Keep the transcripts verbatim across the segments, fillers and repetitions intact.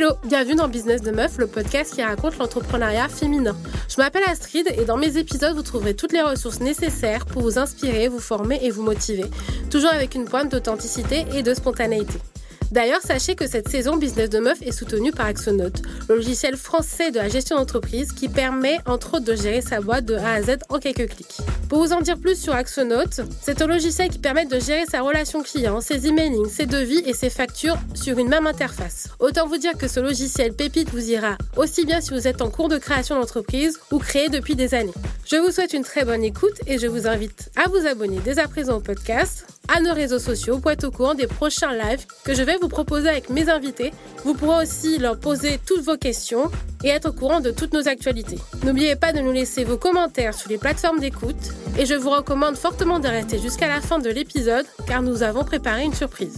Hello, bienvenue dans Business de Meuf, le podcast qui raconte l'entrepreneuriat féminin. Je m'appelle Astrid et dans mes épisodes, vous trouverez toutes les ressources nécessaires pour vous inspirer, vous former et vous motiver, toujours avec une pointe d'authenticité et de spontanéité. D'ailleurs, sachez que cette saison Business de Meuf est soutenue par Axonote, le logiciel français de la gestion d'entreprise qui permet entre autres de gérer sa boîte de A à Z en quelques clics. Pour vous en dire plus sur Axonote, c'est un logiciel qui permet de gérer sa relation client, ses emailings, ses devis et ses factures sur une même interface. Autant vous dire que ce logiciel pépite vous ira aussi bien si vous êtes en cours de création d'entreprise ou créé depuis des années. Je vous souhaite une très bonne écoute et je vous invite à vous abonner dès à présent au podcast, à nos réseaux sociaux pour être au courant des prochains lives que je vais vous proposer avec mes invités. Vous pourrez aussi leur poser toutes vos questions et être au courant de toutes nos actualités. N'oubliez pas de nous laisser vos commentaires sur les plateformes d'écoute et je vous recommande fortement de rester jusqu'à la fin de l'épisode car nous avons préparé une surprise.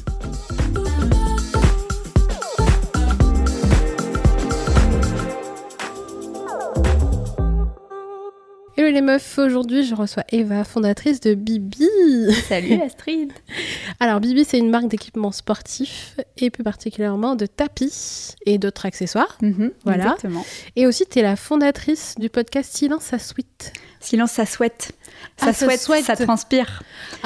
Hello les meufs, aujourd'hui je reçois Eva, fondatrice de Bibi. Salut Astrid. Alors Bibi, c'est une marque d'équipement sportif et plus particulièrement de tapis et d'autres accessoires. Mmh, voilà. Exactement. Et aussi tu es la fondatrice du podcast Silence ça souhaite. Silence ça souhaite. Ça ah, souhaite, souhaite, ça transpire.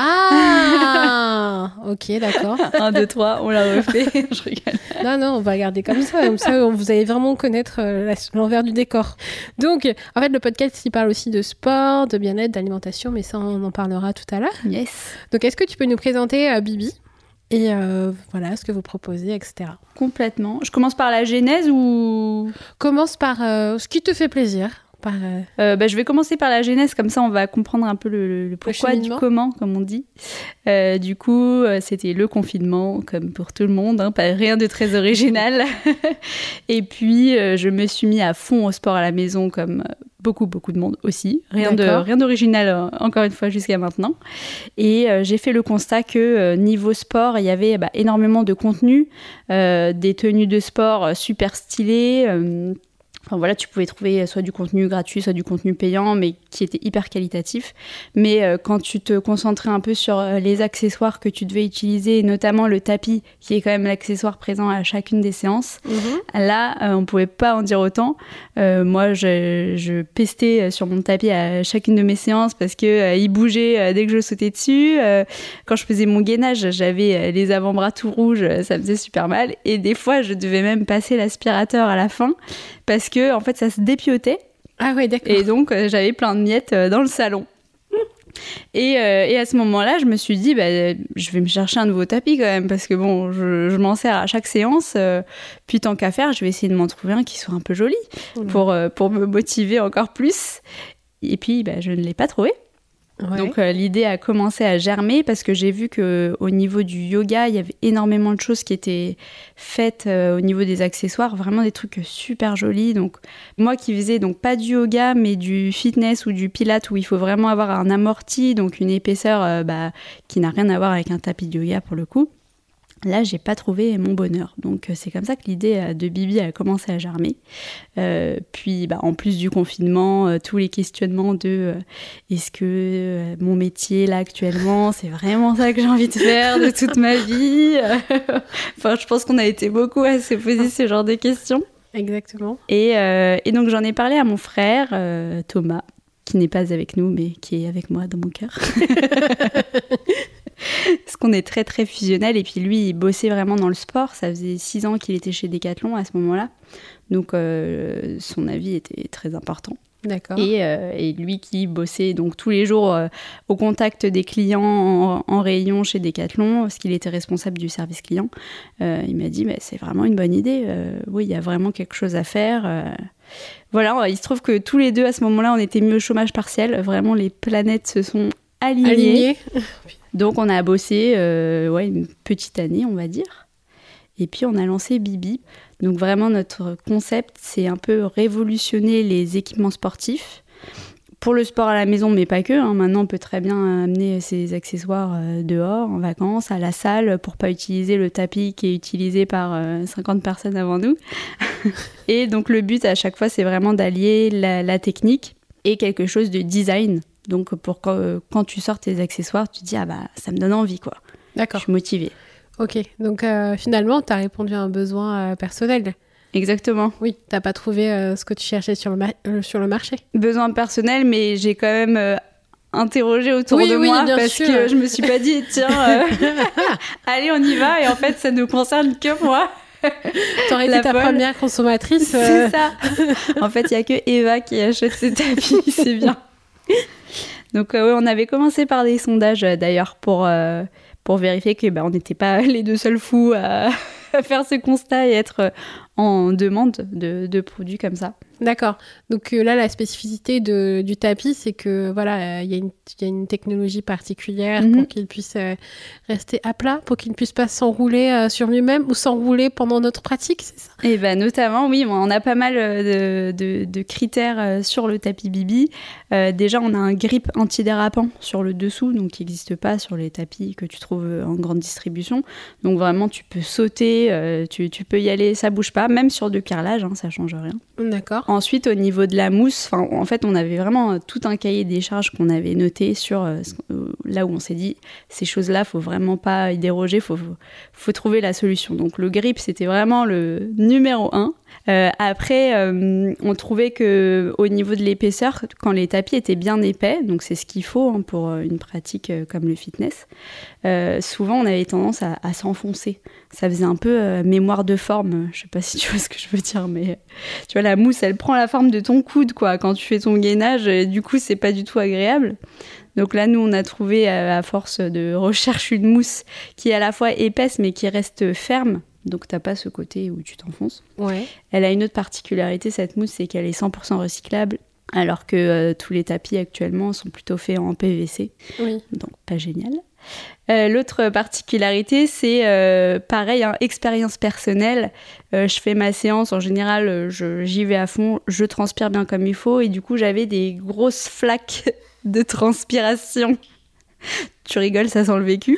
Ah ok, d'accord. Un, deux, trois, on l'a refait. Je rigole. Non, non, on va garder comme ça. Comme ça, vous allez vraiment connaître euh, la, l'envers du décor. Donc, en fait, le podcast, il parle aussi de sport, de bien-être, d'alimentation, mais ça, on en parlera tout à l'heure. Yes. Donc, est-ce que tu peux nous présenter euh, Bibi et euh, voilà, ce que vous proposez, et cetera. Complètement. Je commence par la genèse ou... Commence par euh, ce qui te fait plaisir. Par, euh... Euh, bah, je vais commencer par la genèse, comme ça on va comprendre un peu le, le, le pourquoi le du comment, comme on dit. Euh, du coup, euh, c'était le confinement, comme pour tout le monde, hein, pas rien de très original. Et puis, euh, je me suis mis à fond au sport à la maison, comme beaucoup, beaucoup de monde aussi. Rien, de, rien d'original, euh, encore une fois, jusqu'à maintenant. Et euh, j'ai fait le constat que euh, niveau sport, il y avait bah, énormément de contenu, euh, des tenues de sport super stylées, euh, Enfin voilà, tu pouvais trouver soit du contenu gratuit, soit du contenu payant, mais qui était hyper qualitatif. Mais euh, quand tu te concentrais un peu sur euh, les accessoires que tu devais utiliser, notamment le tapis, qui est quand même l'accessoire présent à chacune des séances, mmh. là, euh, on pouvait pas en dire autant. Euh, moi, je, je pestais sur mon tapis à chacune de mes séances parce que euh, il bougeait euh, dès que je sautais dessus. Euh, quand je faisais mon gainage, j'avais euh, les avant-bras tout rouges, ça me faisait super mal. Et des fois, je devais même passer l'aspirateur à la fin parce que en fait ça se dépiotait. Ah ouais, d'accord. Et donc euh, j'avais plein de miettes euh, dans le salon. Et, euh, et à ce moment-là, je me suis dit, bah, je vais me chercher un nouveau tapis quand même, parce que bon, je, je m'en sers à chaque séance. Euh, puis tant qu'à faire, je vais essayer de m'en trouver un qui soit un peu joli mmh. pour, euh, pour me motiver encore plus. Et puis, bah, je ne l'ai pas trouvé. Ouais. Donc euh, l'idée a commencé à germer parce que j'ai vu qu'au niveau du yoga, il y avait énormément de choses qui étaient faites euh, au niveau des accessoires, vraiment des trucs super jolis. Donc moi qui faisais donc pas du yoga mais du fitness ou du pilates où il faut vraiment avoir un amorti, donc une épaisseur euh, bah, qui n'a rien à voir avec un tapis de yoga pour le coup. Là, j'ai pas trouvé mon bonheur. Donc, c'est comme ça que l'idée de Bibi a commencé à germer. Euh, puis, bah, en plus du confinement, euh, tous les questionnements de euh, est-ce que euh, mon métier, là, actuellement, c'est vraiment ça que j'ai envie de faire de toute ma vie. Enfin, je pense qu'on a été beaucoup à se poser ce genre de questions. Exactement. Et, euh, et donc, j'en ai parlé à mon frère, euh, Thomas, qui n'est pas avec nous, mais qui est avec moi dans mon cœur. Parce qu'on est très très fusionnel et puis lui il bossait vraiment dans le sport, ça faisait six ans qu'il était chez Decathlon à ce moment-là, donc euh, son avis était très important. D'accord. Et, euh, et lui qui bossait donc tous les jours euh, au contact des clients en, en rayon chez Decathlon, parce qu'il était responsable du service client, euh, il m'a dit bah, c'est vraiment une bonne idée, euh, oui il y a vraiment quelque chose à faire. Euh, voilà, il se trouve que tous les deux à ce moment-là on était mis au chômage partiel, vraiment les planètes se sont alignées. Alignées. Donc on a bossé euh, ouais, une petite année, on va dire. Et puis on a lancé Bibi. Donc vraiment notre concept, c'est un peu révolutionner les équipements sportifs. Pour le sport à la maison, mais pas que. Hein. Maintenant, on peut très bien amener ses accessoires euh, dehors, en vacances, à la salle, pour pas utiliser le tapis qui est utilisé par euh, cinquante personnes avant nous. Et donc le but à chaque fois, c'est vraiment d'allier la, la technique et quelque chose de design. Donc, pour quand, euh, quand tu sors tes accessoires, tu te dis « Ah bah, ça me donne envie, quoi. » D'accord. Je suis motivée. Ok, donc euh, finalement, tu as répondu à un besoin euh, personnel. Exactement. Oui, t'as pas trouvé euh, ce que tu cherchais sur le, ma- euh, sur le marché. Besoin personnel, mais j'ai quand même euh, interrogé autour oui, de oui, moi bien parce sûr. que je me suis pas dit tiens, euh, allez on y va et en fait ça ne concerne que moi. T'aurais été ta folle. Première consommatrice. Euh... C'est ça. En fait, il y a que Eva qui achète ces tapis, c'est bien. Donc euh, oui, on avait commencé par des sondages euh, d'ailleurs pour euh, pour vérifier que bah, on n'était pas les deux seuls fous à, à faire ce constat et être euh, en demande de, de produits comme ça. D'accord. Donc euh, là, la spécificité de, du tapis, c'est que voilà, il euh, y, y a une technologie particulière mm-hmm. pour qu'il puisse euh, rester à plat, pour qu'il ne puisse pas s'enrouler euh, sur lui-même ou s'enrouler pendant notre pratique, c'est ça ? Et ben notamment, oui, on a pas mal de, de, de critères euh, sur le tapis Bibi. Euh, déjà, on a un grip antidérapant sur le dessous, donc qui n'existe pas sur les tapis que tu trouves en grande distribution. Donc vraiment, tu peux sauter, euh, tu, tu peux y aller, ça bouge pas, même sur du carrelage, hein, ça change rien. D'accord. Ensuite, au niveau de la mousse, en fait, on avait vraiment tout un cahier des charges qu'on avait noté sur euh, là où on s'est dit, ces choses-là, faut vraiment pas y déroger, faut, faut, faut trouver la solution. Donc le grip, c'était vraiment le numéro un. Euh, après, euh, on trouvait que au niveau de l'épaisseur, quand les tapis étaient bien épais, donc c'est ce qu'il faut hein, pour une pratique euh, comme le fitness, euh, souvent on avait tendance à, à s'enfoncer. Ça faisait un peu euh, mémoire de forme. Je sais pas si tu vois ce que je veux dire, mais tu vois la mousse, elle prend la forme de ton coude quoi. Quand tu fais ton gainage, et du coup c'est pas du tout agréable. Donc là, nous, on a trouvé, euh, à force de recherche, une mousse qui est à la fois épaisse mais qui reste ferme. Donc, t'as pas ce côté où tu t'enfonces. Ouais. Elle a une autre particularité, cette mousse, c'est qu'elle est cent pour cent recyclable, alors que euh, tous les tapis actuellement sont plutôt faits en P V C. Oui. Donc, pas génial. Euh, l'autre particularité, c'est euh, pareil, hein, expérience personnelle. Euh, je fais ma séance, en général, je, j'y vais à fond, je transpire bien comme il faut, et du coup, j'avais des grosses flaques de transpiration. Tu rigoles, ça sent le vécu.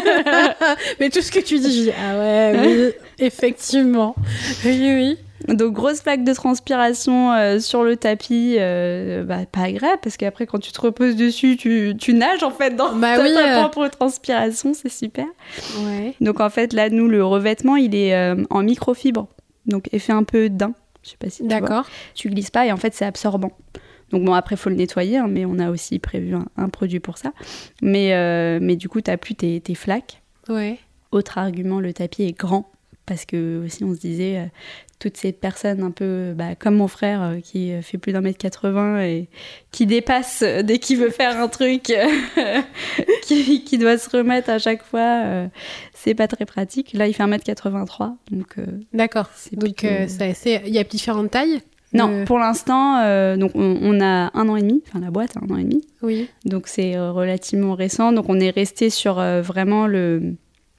Mais tout ce que tu dis, je dis ah ouais, oui, effectivement. Oui, oui. Donc, grosse flaque de transpiration euh, sur le tapis, euh, bah, pas agréable, parce qu'après, quand tu te reposes dessus, tu, tu nages en fait dans bah ta, oui, ta euh... propre transpiration, c'est super. Ouais. Donc, en fait, là, nous, le revêtement, il est euh, en microfibre, donc effet un peu daim. Je sais pas si tu D'accord. vois. Tu glisses pas et en fait, c'est absorbant. Donc bon, après, il faut le nettoyer, hein, mais on a aussi prévu un, un produit pour ça. Mais, euh, mais du coup, tu n'as plus tes, tes flaques. Ouais. Autre argument, le tapis est grand. Parce que aussi, on se disait, euh, toutes ces personnes un peu bah, comme mon frère euh, qui fait plus d'un mètre quatre-vingts et qui dépasse euh, dès qu'il veut faire un truc, euh, qui, qui doit se remettre à chaque fois, euh, c'est pas très pratique. Là, il fait un mètre quatre-vingt-trois. Donc, euh, d'accord. C'est donc, plutôt... euh, c'est assez... il y a différentes tailles? Non, euh... pour l'instant, euh, donc on, on a un an et demi, enfin la boîte a un an et demi. Oui. Donc c'est euh, relativement récent. Donc on est resté sur euh, vraiment le,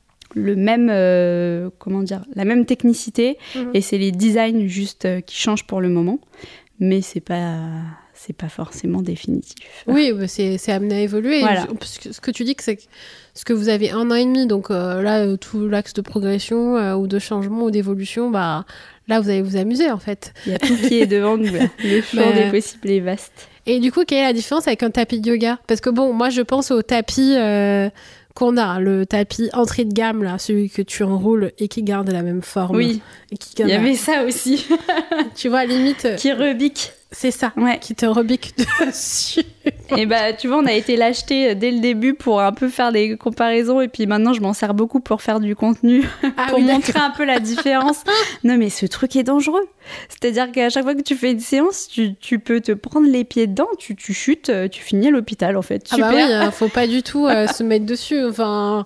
le même, euh, comment dire, la même technicité. Mmh. Et c'est les designs juste euh, qui changent pour le moment. Mais c'est pas, c'est pas forcément définitif. Oui, bah c'est, c'est amené à évoluer. Voilà. Je, ce que tu dis, que c'est que, ce que vous avez un an et demi, donc euh, là, tout l'axe de progression euh, ou de changement ou d'évolution, bah... Là, vous allez vous amuser, en fait. Il y a tout qui est devant nous, là. Le champ Mais... des possibles est vaste. Et du coup, quelle est la différence avec un tapis de yoga ? Parce que bon, moi, je pense au tapis euh, qu'on a, le tapis entrée de gamme, là, celui que tu enroules et qui garde la même forme. Oui, et qui il y avait ça aussi. Tu vois, limite... Qui rebique. C'est ça, ouais. Qui te rebique dessus. Et bah, tu vois, on a été l'acheter dès le début pour un peu faire des comparaisons. Et puis maintenant, je m'en sers beaucoup pour faire du contenu, ah, pour oui, montrer d'accord. un peu la différence. Non, mais ce truc est dangereux. C'est-à-dire qu'à chaque fois que tu fais une séance, tu, tu peux te prendre les pieds dedans, tu, tu chutes, tu finis à l'hôpital, en fait. Super. Ah bah oui, euh, faut pas du tout euh, se mettre dessus. Enfin,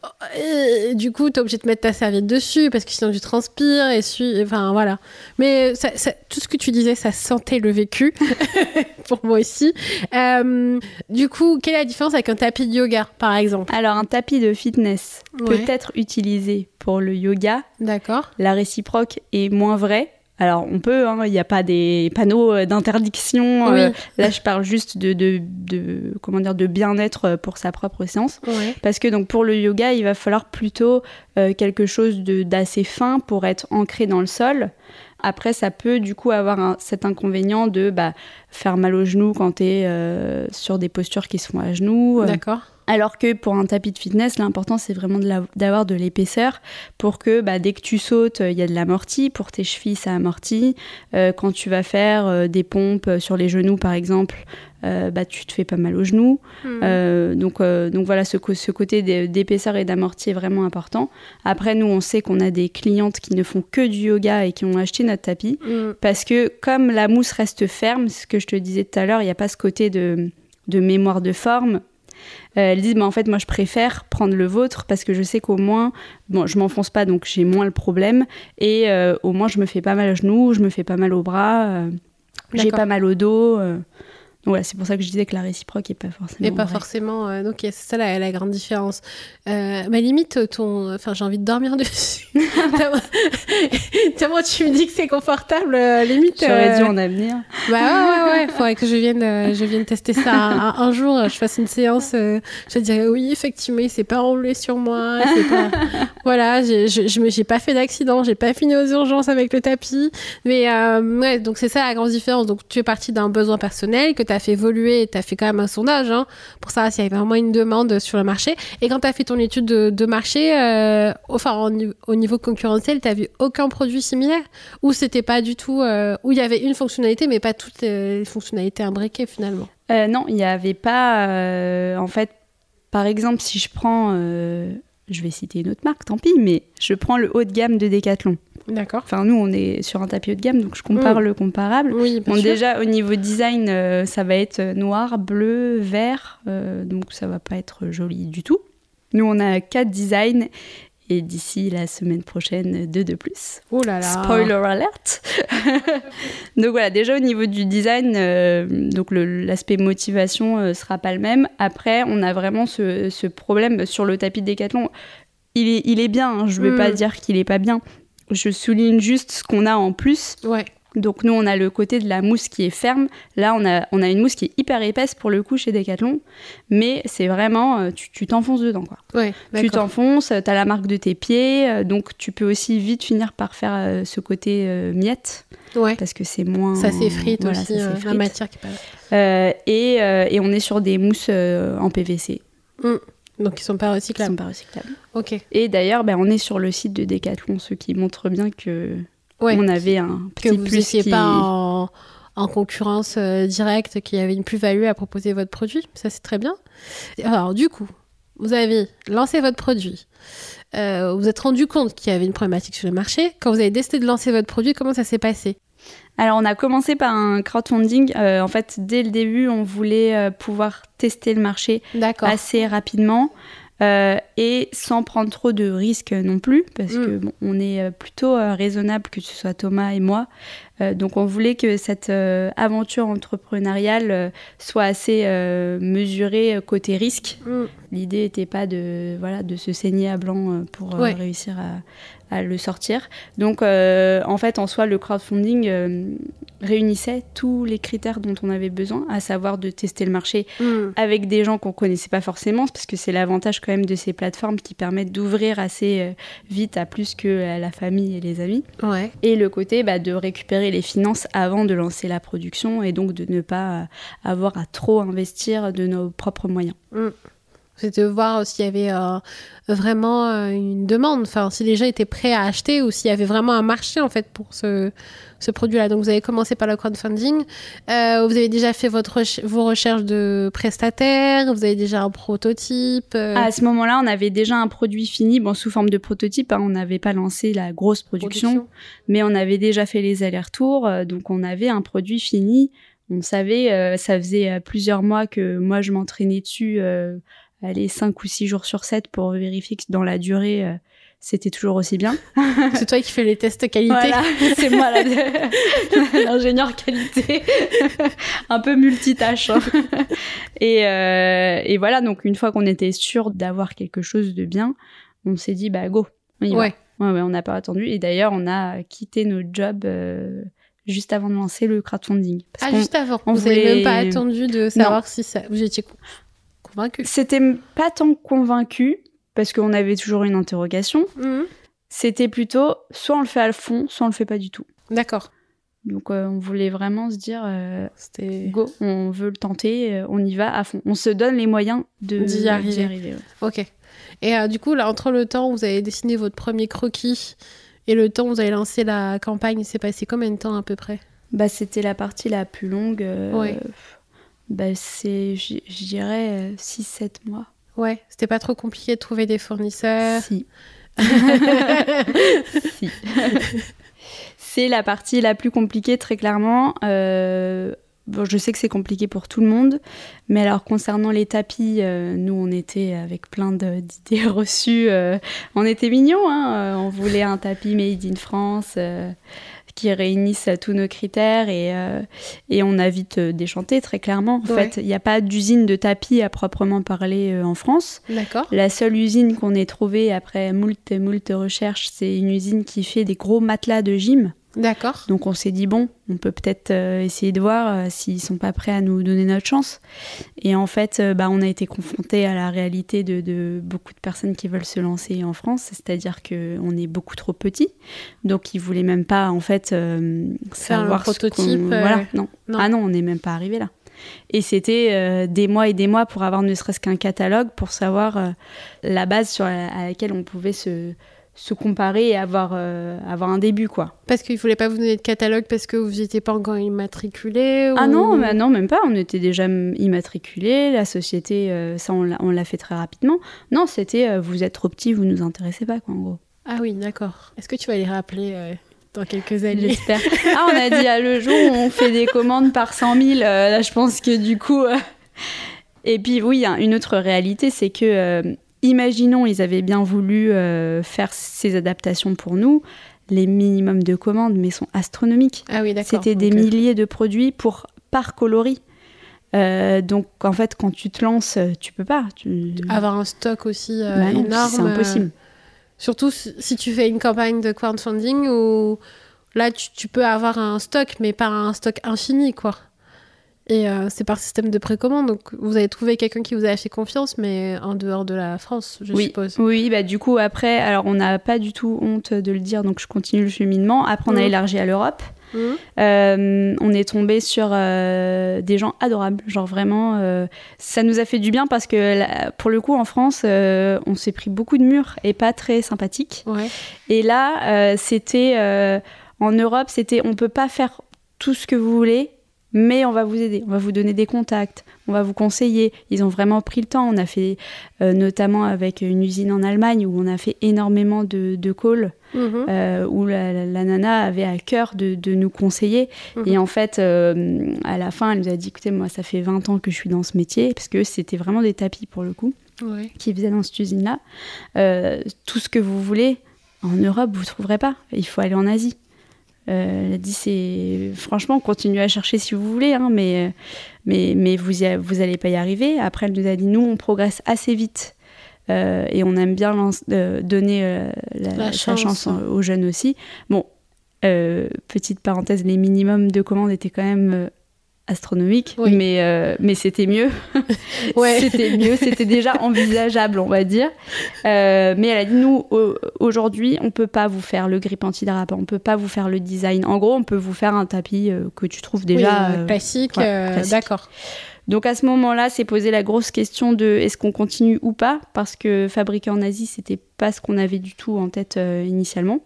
et, du coup, t'es obligé de mettre ta serviette dessus parce que sinon tu transpires. Et su... Enfin, voilà. Mais ça, ça, tout ce que tu disais, ça sentait le vécu. Pour moi aussi. Euh, du coup, quelle est la différence avec un tapis de yoga, par exemple ? Alors, un tapis de fitness ouais. peut être utilisé pour le yoga. D'accord. La réciproque est moins vraie. Alors, on peut, il hein, n'y a pas des panneaux d'interdiction. Oui. Euh, là, je parle juste de, de, de, comment dire, de bien-être pour sa propre séance. Ouais. Parce que donc, pour le yoga, il va falloir plutôt euh, quelque chose de, d'assez fin pour être ancré dans le sol. Après, ça peut du coup avoir un, cet inconvénient de bah, faire mal aux genoux quand tu es euh, sur des postures qui se font à genoux. D'accord. Alors que pour un tapis de fitness, l'important, c'est vraiment de la, d'avoir de l'épaisseur pour que bah, dès que tu sautes, il y a de l'amorti. Pour tes chevilles, ça amortit. Euh, quand tu vas faire euh, des pompes sur les genoux, par exemple, euh, bah, tu te fais pas mal aux genoux. Mmh. Euh, donc, euh, donc voilà, ce, ce côté d'épaisseur et d'amorti est vraiment important. Après, nous, on sait qu'on a des clientes qui ne font que du yoga et qui ont acheté notre tapis. Mmh. Parce que comme la mousse reste ferme, ce que je te disais tout à l'heure, il n'y a pas ce côté de, de mémoire de forme. Euh, elles disent bah, en fait moi je préfère prendre le vôtre parce que je sais qu'au moins bon je m'enfonce pas donc j'ai moins le problème et euh, au moins je me fais pas mal aux genoux, je me fais pas mal aux bras, euh, j'ai pas mal au dos. Euh, donc voilà, c'est pour ça que je disais que la réciproque est pas forcément. Et pas vraie. forcément. Euh, donc c'est ça la, la grande différence. Euh, ma limite, ton, enfin j'ai envie de dormir dessus. Tellement tu me dis que c'est confortable, euh, limite. J'aurais euh... dû en avenir. Bah ouais ouais ouais. Faudrait que je vienne, euh, je vienne tester ça un, un jour. Je fasse une séance. Euh, je te dirais oui effectivement, il s'est pas enroulé sur moi. C'est pas... voilà, j'ai, je, je me, j'ai pas fait d'accident, j'ai pas fini aux urgences avec le tapis. Mais euh, ouais, donc c'est ça la grande différence. Donc tu es partie d'un besoin personnel que t'as fait évoluer, t'as fait quand même un sondage hein, pour savoir s'il y avait vraiment une demande sur le marché. Et quand t'as fait ton étude de, de marché, euh, enfin au, au niveau concurrentiel, t'as vu aucun produit similaire ou c'était pas du tout, euh, où il y avait une fonctionnalité mais pas toutes les fonctionnalités imbriquées finalement. Euh, non, il n'y avait pas. Euh, en fait, par exemple, si je prends, euh, je vais citer une autre marque, tant pis, mais je prends le haut de gamme de Decathlon. D'accord. Enfin, nous, on est sur un tapis haut de gamme, donc je compare mmh. le comparable. Oui, bien bon, sûr. déjà, au niveau design, euh, ça va être noir, bleu, vert, euh, donc ça va pas être joli du tout. Nous, on a quatre designs, et d'ici la semaine prochaine, deux de plus. Oh là là. Spoiler alert. Donc voilà, déjà au niveau du design, euh, donc le, l'aspect motivation euh, sera pas le même. Après, on a vraiment ce, ce problème sur le tapis de Decathlon. Il est, il est bien, hein, je ne vais mmh. pas dire qu'il est pas bien. Je souligne juste ce qu'on a en plus. Ouais. Donc nous, on a le côté de la mousse qui est ferme. Là, on a, on a une mousse qui est hyper épaisse pour le coup chez Decathlon. Mais c'est vraiment, tu, tu t'enfonces dedans, quoi. Ouais, tu t'enfonces, tu as la marque de tes pieds. Donc tu peux aussi vite finir par faire euh, ce côté euh, miette. Ouais. Parce que c'est moins... Ça s'effrite voilà, aussi, ça euh, s'effrite. la matière qui est pas là. Euh, et, euh, et on est sur des mousses euh, en P V C. Mmh. Donc ils sont pas recyclables. Ils sont pas recyclables. Ok. Et d'ailleurs, ben, on est sur le site de Decathlon, ce qui montre bien que ouais. on avait un petit que vous plus n'étiez qui... pas en, en concurrence euh, directe, qu'il y avait une plus-value à proposer votre produit. Ça, c'est très bien. Alors du coup, vous avez lancé votre produit. Euh, vous vous êtes rendu compte qu'il y avait une problématique sur le marché. Quand vous avez décidé de lancer votre produit, comment ça s'est passé ? Alors, on a commencé par un crowdfunding. Euh, en fait, dès le début, on voulait euh, pouvoir tester le marché D'accord. assez rapidement euh, et sans prendre trop de risques non plus, parce mmh. que bon, on est plutôt euh, raisonnable, que ce soit Thomas et moi. Euh, donc, on voulait que cette euh, aventure entrepreneuriale euh, soit assez euh, mesurée côté risque. Mmh. L'idée n'était pas de, voilà, de se saigner à blanc euh, pour euh, ouais. réussir à... à le sortir. Donc, euh, en fait, en soi, le crowdfunding euh, réunissait tous les critères dont on avait besoin, à savoir de tester le marché mmh. avec des gens qu'on ne connaissait pas forcément, parce que c'est l'avantage quand même de ces plateformes qui permettent d'ouvrir assez euh, vite à plus que à la famille et les amis. Ouais. Et le côté bah, de récupérer les finances avant de lancer la production et donc de ne pas euh, avoir à trop investir de nos propres moyens. Mmh. C'est de voir s'il y avait euh, vraiment euh, une demande, enfin, si les gens étaient prêts à acheter ou s'il y avait vraiment un marché en fait pour ce, ce produit-là. Donc vous avez commencé par le crowdfunding, euh, vous avez déjà fait votre reche- vos recherches de prestataires, vous avez déjà un prototype. Euh... À ce moment-là, on avait déjà un produit fini, bon, sous forme de prototype, hein, on n'avait pas lancé la grosse production, production, mais on avait déjà fait les allers-retours, euh, donc on avait un produit fini. On savait, euh, ça faisait euh, plusieurs mois que moi je m'entraînais dessus, euh, aller cinq ou six jours sur sept pour vérifier que dans la durée, euh, c'était toujours aussi bien. C'est toi qui fais les tests qualité. Voilà, c'est moi la, l'ingénieur qualité. Un peu multitâche. Hein. Et, euh, et voilà, donc une fois qu'on était sûr d'avoir quelque chose de bien, on s'est dit, bah go, on y ouais. va. Ouais, ouais, on n'a pas attendu. Et d'ailleurs, on a quitté notre job euh, juste avant de lancer le crowdfunding. Parce ah, juste avant. Vous n'avez voulait... même pas attendu de savoir non. si ça... vous étiez convaincu. C'était pas tant convaincu, parce qu'on avait toujours une interrogation. Mmh. C'était plutôt, soit on le fait à fond, soit on le fait pas du tout. D'accord. Donc euh, on voulait vraiment se dire, euh, C'était... go, on veut le tenter, euh, on y va à fond. On se donne les moyens de, d'y arriver. D'y arriver ouais. Ok. Et euh, du coup, là, entre le temps où vous avez dessiné votre premier croquis et le temps où vous avez lancé la campagne, il s'est passé combien de temps à peu près ? Bah, c'était la partie la plus longue. Euh, ouais. Bah, c'est, je dirais, six sept mois. Ouais, c'était pas trop compliqué de trouver des fournisseurs ? Si. si. C'est la partie la plus compliquée, très clairement. Euh, bon, je sais que c'est compliqué pour tout le monde, mais alors concernant les tapis, euh, nous on était avec plein de, d'idées reçues. Euh, on était mignons, hein, on voulait un tapis made in France euh, qui réunisse tous nos critères et, euh, et on a vite déchanté, très clairement. En ouais. fait, il n'y a pas d'usine de tapis à proprement parler euh, en France. D'accord. La seule usine qu'on ait trouvée après moult et moult recherches, c'est une usine qui fait des gros matelas de gym. D'accord. Donc on s'est dit, bon, on peut peut-être euh, essayer de voir euh, s'ils ne sont pas prêts à nous donner notre chance. Et en fait, euh, bah, on a été confrontés à la réalité de, de beaucoup de personnes qui veulent se lancer en France, c'est-à-dire qu'on est beaucoup trop petits. Donc ils ne voulaient même pas, en fait, euh, faire savoir un prototype. Ce qu'on... Euh... Voilà, non. non. Ah non, on n'est même pas arrivé là. Et c'était euh, des mois et des mois pour avoir ne serait-ce qu'un catalogue, pour savoir euh, la base sur la, à laquelle on pouvait se... se comparer et avoir, euh, avoir un début, quoi. Parce qu'ils ne voulaient pas vous donner de catalogue parce que vous n'étiez pas encore immatriculé ou... Ah non, bah non, même pas. On était déjà immatriculés. La société, euh, ça, on l'a, on l'a fait très rapidement. Non, c'était euh, vous êtes trop petit, vous ne nous intéressez pas, quoi, en gros. Ah oui, d'accord. Est-ce que tu vas les rappeler euh, dans quelques années ? J'espère. Ah, on a dit, ah, le jour où on fait des commandes par cent mille, euh, là, je pense que du coup... Euh... Et puis, oui, une autre réalité, c'est que... Euh, Imaginons, ils avaient bien voulu euh, faire ces adaptations pour nous. Les minimums de commandes, mais sont astronomiques. Ah oui, d'accord. C'était des donc, milliers de produits pour, par coloris. Euh, donc, en fait, quand tu te lances, tu peux pas. Tu... Avoir un stock aussi euh, bah non, énorme. C'est impossible. Euh, surtout si tu fais une campagne de crowdfunding où là, tu, tu peux avoir un stock, mais pas un stock infini, quoi. Et euh, c'est par système de précommande, donc vous avez trouvé quelqu'un qui vous a fait confiance, mais en dehors de la France, je oui. suppose. Oui, bah du coup, après, alors on n'a pas du tout honte de le dire, donc je continue le cheminement. Après, on mmh. a élargi à l'Europe. Mmh. Euh, on est tombé sur euh, des gens adorables, genre vraiment, euh, ça nous a fait du bien parce que là, pour le coup, en France, euh, on s'est pris beaucoup de murs et pas très sympathiques. Ouais. Et là, euh, c'était, euh, en Europe, c'était, on peut pas faire tout ce que vous voulez, mais on va vous aider, on va vous donner des contacts, on va vous conseiller. Ils ont vraiment pris le temps. On a fait euh, notamment avec une usine en Allemagne où on a fait énormément de, de calls, mmh. euh, où la, la, la nana avait à cœur de, de nous conseiller. Mmh. Et en fait, euh, à la fin, elle nous a dit, écoutez, moi, ça fait vingt ans que je suis dans ce métier, parce que c'était vraiment des tapis pour le coup, ouais. qui faisaient dans cette usine-là. Euh, tout ce que vous voulez, en Europe, vous ne trouverez pas. Il faut aller en Asie. Euh, elle a dit, c'est... franchement, continuez à chercher si vous voulez, hein, mais, mais, mais vous y, vous allez pas y arriver. Après, elle nous a dit, nous, on progresse assez vite euh, et on aime bien lance, euh, donner euh, la, la sa chance, chance hein. aux jeunes aussi. Bon, euh, petite parenthèse, les minimums de commandes étaient quand même euh, astronomique, oui. mais, euh, mais c'était mieux. Ouais. C'était mieux, c'était déjà envisageable, on va dire. Euh, mais elle a dit, nous, au, aujourd'hui, on ne peut pas vous faire le grip anti-drap, on ne peut pas vous faire le design. En gros, on peut vous faire un tapis euh, que tu trouves déjà... Oui, euh, classique, ouais, euh, classique, d'accord. Donc à ce moment-là, c'est posé la grosse question de est-ce qu'on continue ou pas, parce que fabriquer en Asie, c'était pas ce qu'on avait du tout en tête euh, initialement.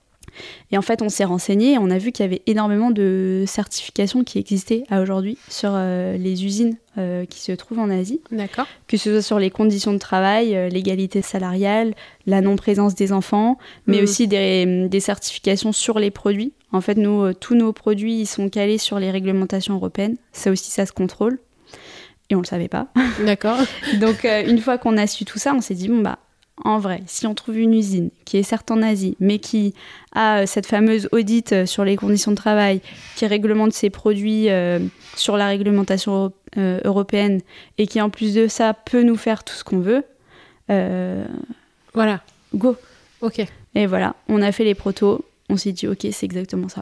Et en fait, on s'est renseigné et on a vu qu'il y avait énormément de certifications qui existaient à aujourd'hui sur euh, les usines euh, qui se trouvent en Asie. D'accord. Que ce soit sur les conditions de travail, euh, l'égalité salariale, la non-présence des enfants, mais mmh. aussi des, des certifications sur les produits. En fait, nous, euh, tous nos produits, ils sont calés sur les réglementations européennes. Ça aussi, ça se contrôle. Et on ne le savait pas. D'accord. Donc, euh, une fois qu'on a su tout ça, on s'est dit, bon, bah, en vrai, si on trouve une usine qui est certes en Asie, mais qui a cette fameuse audit sur les conditions de travail, qui réglemente ses produits euh, sur la réglementation euh, européenne, et qui en plus de ça peut nous faire tout ce qu'on veut, euh, voilà, go. Ok. Et voilà, on a fait les protos, on s'est dit ok, c'est exactement ça.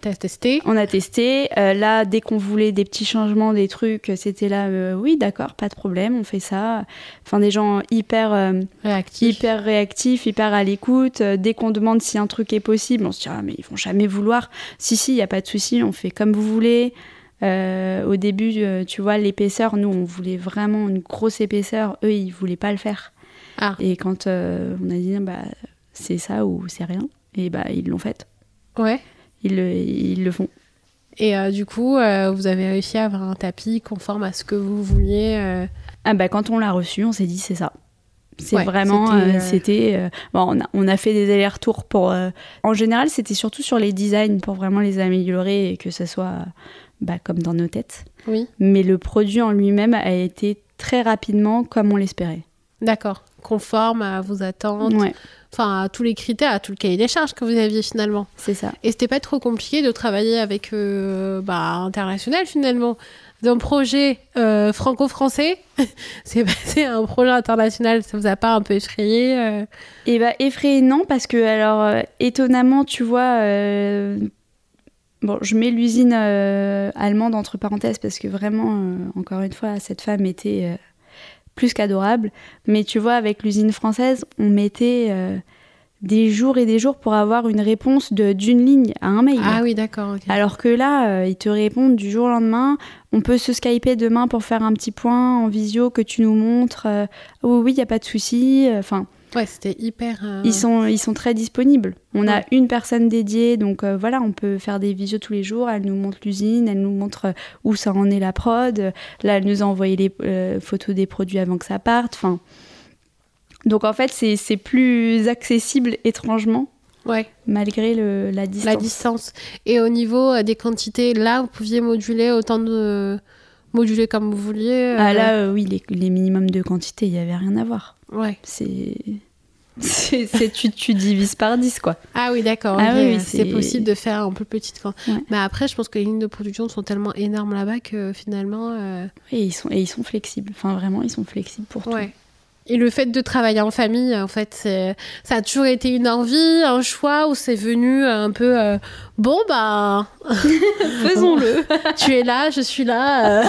T'as testé ? On a testé. Euh, là, dès qu'on voulait des petits changements, des trucs, c'était là, euh, oui, d'accord, pas de problème, on fait ça. Enfin, des gens hyper, euh, Réactif. hyper réactifs, hyper à l'écoute. Euh, dès qu'on demande si un truc est possible, on se dit, ah, mais ils vont jamais vouloir. Si, si, il n'y a pas de souci, on fait comme vous voulez. Euh, au début, euh, tu vois, l'épaisseur, nous, on voulait vraiment une grosse épaisseur. Eux, ils voulaient pas le faire. Ah. Et quand euh, on a dit, bah, c'est ça ou c'est rien, et bah, ils l'ont fait. Ouais. Ils le, ils le font. Et euh, du coup, euh, vous avez réussi à avoir un tapis conforme à ce que vous vouliez euh... Ah bah, quand on l'a reçu, on s'est dit c'est ça. C'est ouais, vraiment, c'était... Euh, euh... c'était euh, bon, on, a, on a fait des allers-retours pour... Euh, en général, c'était surtout sur les designs pour vraiment les améliorer et que ça soit bah, comme dans nos têtes. Oui. Mais le produit en lui-même a été très rapidement comme on l'espérait. D'accord. Conforme à vos attentes. Ouais. Enfin, à tous les critères, à tout le cahier des charges que vous aviez finalement. C'est ça. Et c'était pas trop compliqué de travailler avec euh, bah, international finalement. D'un projet euh, franco-français, c'est passé à un projet international. Ça vous a pas un peu effrayé euh... Et bah effrayé non, parce que alors euh, étonnamment, tu vois, euh, bon, je mets l'usine euh, allemande entre parenthèses parce que vraiment, euh, encore une fois, cette femme était euh, plus qu'adorable. Mais tu vois, avec l'usine française, on mettait euh, des jours et des jours pour avoir une réponse de, d'une ligne à un mail. Ah oui, d'accord. Okay. Alors que là, euh, ils te répondent du jour au lendemain. On peut se skyper demain pour faire un petit point en visio que tu nous montres. Euh, oh oui, il n'y a pas de souci. Enfin, ouais, c'était hyper... Euh... Ils sont, ils sont très disponibles. On ouais. a une personne dédiée, donc euh, voilà, on peut faire des visios tous les jours. Elle nous montre l'usine, elle nous montre où ça en est la prod. Là, elle nous a envoyé les euh, photos des produits avant que ça parte. Enfin, donc en fait, c'est, c'est plus accessible étrangement. Ouais. Malgré le, la distance. La distance. Et au niveau euh, des quantités, là, vous pouviez moduler autant de... moduler comme vous vouliez euh... Ah là, euh, oui, les, les minimums de quantité, il n'y avait rien à voir. Ouais. C'est... c'est, c'est tu, tu divises par dix, quoi. Ah oui, d'accord. Ah okay. oui, c'est... c'est possible de faire un peu petite. Quand... Ouais. Mais après, je pense que les lignes de production sont tellement énormes là-bas que finalement... Euh... Et, ils sont, et ils sont flexibles. Enfin, vraiment, ils sont flexibles pour ouais. tout. Et le fait de travailler en famille, en fait, c'est... ça a toujours été une envie, un choix, ou c'est venu un peu... Euh... Bon, bah... Faisons-le. Tu es là, je suis là... Euh...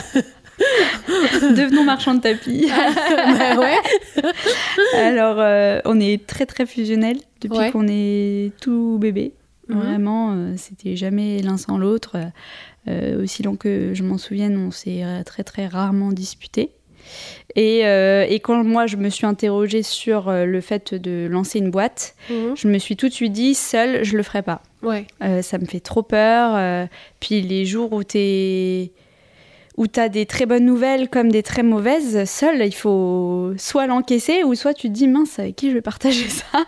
Devenons marchands de tapis. Bah ouais. Alors, euh, on est très très fusionnels depuis ouais. qu'on est tout bébé. Mmh. Vraiment, euh, c'était jamais l'un sans l'autre. Euh, aussi long que je m'en souvienne, on s'est très très rarement disputés. Et, euh, et quand moi je me suis interrogée sur euh, le fait de lancer une boîte, mmh. je me suis tout de suite dit seule je le ferai pas. Ouais. Euh, ça me fait trop peur. Euh, puis les jours où t'es où t'as des très bonnes nouvelles comme des très mauvaises, seule il faut soit l'encaisser ou soit tu te dis mince avec qui je vais partager ça.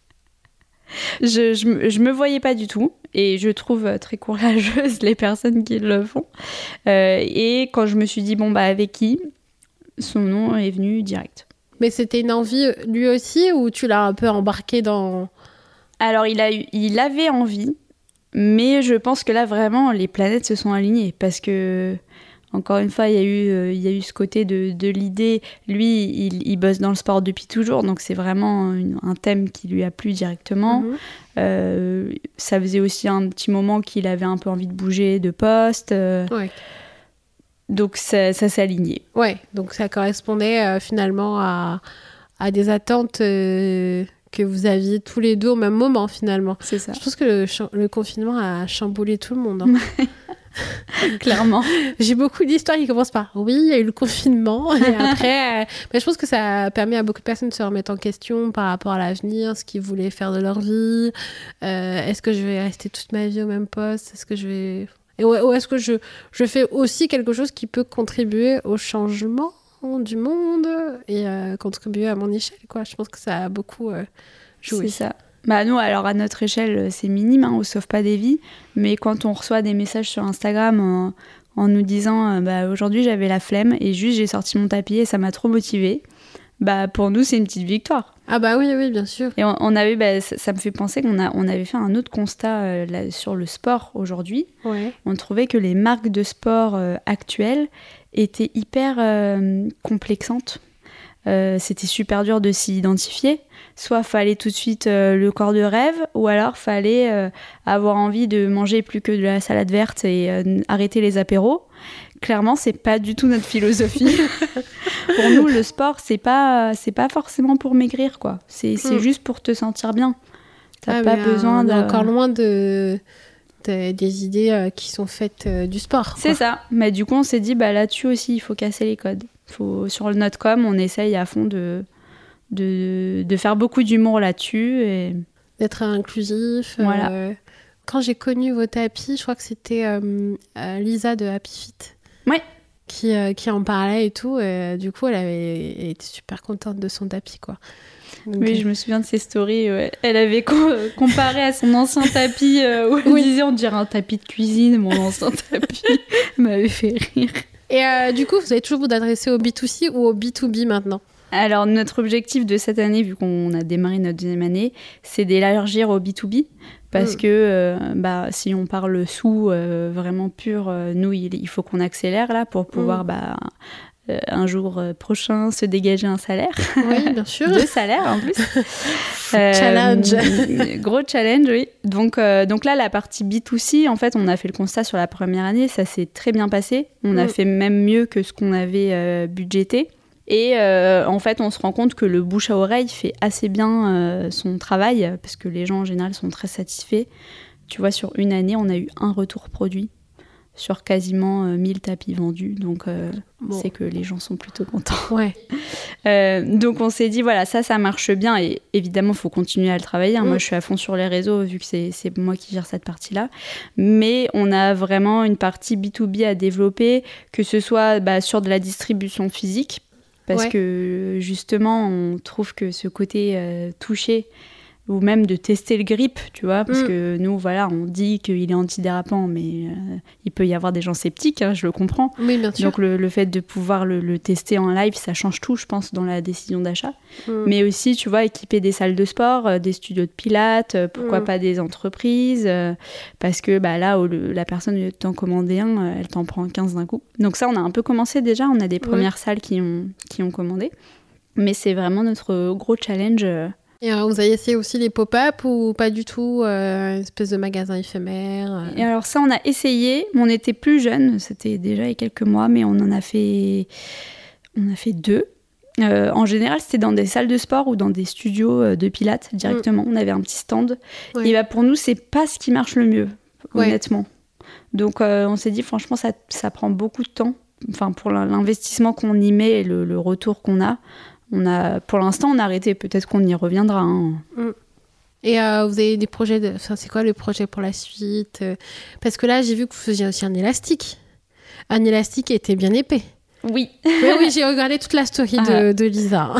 je, je je me voyais pas du tout. Et je trouve très courageuse les personnes qui le font. Euh, et quand je me suis dit bon bah avec qui, son nom est venu direct. Mais c'était une envie lui aussi ou tu l'as un peu embarqué dans... Alors il, a eu, il avait envie, mais je pense que là vraiment les planètes se sont alignées parce que, encore une fois, il y a eu, euh, il y a eu ce côté de, de l'idée. Lui, il, il bosse dans le sport depuis toujours, donc c'est vraiment une, un thème qui lui a plu directement. Mmh. Euh, ça faisait aussi un petit moment qu'il avait un peu envie de bouger de poste. Euh, ouais. Donc ça, ça s'alignait. Ouais, donc ça correspondait euh, finalement à, à des attentes euh, que vous aviez tous les deux au même moment finalement. C'est ça. Je pense que le, le confinement a chamboulé tout le monde. Hein. Clairement. J'ai beaucoup d'histoires qui commencent par oui, il y a eu le confinement et après, euh, mais je pense que ça a permis à beaucoup de personnes de se remettre en question par rapport à l'avenir, ce qu'ils voulaient faire de leur vie. Euh, est-ce que je vais rester toute ma vie au même poste ? Est-ce que je vais... Et ou est-ce que je, je fais aussi quelque chose qui peut contribuer au changement du monde et euh, contribuer à mon échelle, quoi. Je pense que ça a beaucoup euh, joué. C'est ça. Bah nous, alors à notre échelle, c'est minime, hein, on sauve pas des vies, mais quand on reçoit des messages sur Instagram en, en nous disant euh, bah, aujourd'hui j'avais la flemme et juste j'ai sorti mon tapis et ça m'a trop motivée, bah pour nous c'est une petite victoire. Ah bah oui, oui, bien sûr. Et on, on avait, bah, ça, ça me fait penser qu'on a, on avait fait un autre constat euh, là, sur le sport aujourd'hui. Ouais. On trouvait que les marques de sport euh, actuelles étaient hyper euh, complexantes. euh, c'était super dur de s'y identifier. Soit fallait tout de suite euh, le corps de rêve, ou alors fallait euh, avoir envie de manger plus que de la salade verte et euh, arrêter les apéros. Clairement, c'est pas du tout notre philosophie. Pour nous, le sport, c'est pas, c'est pas forcément pour maigrir, quoi. C'est, c'est mm. juste pour te sentir bien. T'as ah, pas besoin euh, de... encore loin de, de des idées euh, qui sont faites euh, du sport. C'est quoi. ça. Mais du coup, on s'est dit, bah là-dessus aussi, il faut casser les codes. Faut, sur notre com, on essaye à fond de, de, de faire beaucoup d'humour là-dessus. Et... d'être inclusif. Voilà. Euh, quand j'ai connu vos tapis, je crois que c'était euh, euh, Lisa de Happy Fit. Ouais. Qui, euh, qui en parlait et tout. Et, du coup, elle, avait, elle était super contente de son tapis, quoi. Donc, oui, je me souviens de ces stories. Ouais. Elle avait co- comparé à son ancien tapis euh, où elle oui. disait on dirait un tapis de cuisine, mon ancien tapis. Elle m'avait fait rire. Et euh, du coup, vous allez toujours vous adresser au B deux C ou au B deux B maintenant ? Alors, notre objectif de cette année, vu qu'on a démarré notre deuxième année, c'est d'élargir au B deux B. Parce mmh. que euh, bah, si on parle sous euh, vraiment pur, euh, nous, il, il faut qu'on accélère là pour pouvoir... Mmh. Bah, Euh, un jour euh, prochain se dégager un salaire. Oui, bien sûr. Deux salaires en plus. euh, challenge. Gros challenge, oui. Donc, euh, donc là, la partie B deux C, en fait, on a fait le constat sur la première année, ça s'est très bien passé. On mm. a fait même mieux que ce qu'on avait euh, budgété. Et euh, en fait, on se rend compte que le bouche à oreille fait assez bien euh, son travail, parce que les gens en général sont très satisfaits. Tu vois, sur une année, on a eu un retour produit sur quasiment euh, mille tapis vendus, donc euh, bon. C'est que les gens sont plutôt contents. Ouais. euh, donc on s'est dit, voilà, ça, ça marche bien, et évidemment, il faut continuer à le travailler. Hein. Mmh. Moi, je suis à fond sur les réseaux, vu que c'est, c'est moi qui gère cette partie-là. Mais on a vraiment une partie B deux B à développer, que ce soit bah, sur de la distribution physique, parce ouais. que justement, on trouve que ce côté euh, touché, ou même de tester le grip, tu vois, parce mmh. que nous, voilà, on dit qu'il est antidérapant, mais euh, il peut y avoir des gens sceptiques, hein, je le comprends. Oui, bien sûr. Donc le, le fait de pouvoir le, le tester en live, ça change tout, je pense, dans la décision d'achat. Mmh. Mais aussi, tu vois, équiper des salles de sport, euh, des studios de pilates, euh, pourquoi mmh. pas des entreprises, euh, parce que bah, là, où le, la personne veut t'en commander un, euh, elle t'en prend quinze d'un coup. Donc ça, on a un peu commencé déjà, on a des premières ouais. salles qui ont, qui ont commandé. Mais c'est vraiment notre gros challenge. Euh, Et euh, vous avez essayé aussi les pop-up ou pas du tout, euh, une espèce de magasin éphémère euh... Et alors ça, on a essayé, mais on était plus jeunes, c'était déjà il y a quelques mois, mais on en a fait, on a fait deux. Euh, en général, c'était dans des salles de sport ou dans des studios de pilates directement. Mmh. On avait un petit stand. Ouais. Et bah, pour nous, c'est pas ce qui marche le mieux, ouais. honnêtement. Donc euh, on s'est dit, franchement, ça, ça prend beaucoup de temps. Enfin, pour l'investissement qu'on y met et le, le retour qu'on a. On a, pour l'instant, on a arrêté. Peut-être qu'on y reviendra. Hein. Mm. Et euh, vous avez des projets... De... Enfin, c'est quoi le projet pour la suite ? Parce que là, j'ai vu que vous faisiez aussi un élastique. Un élastique qui était bien épais. Oui. Oui, oui, j'ai regardé toute la story de, ah. de Lisa.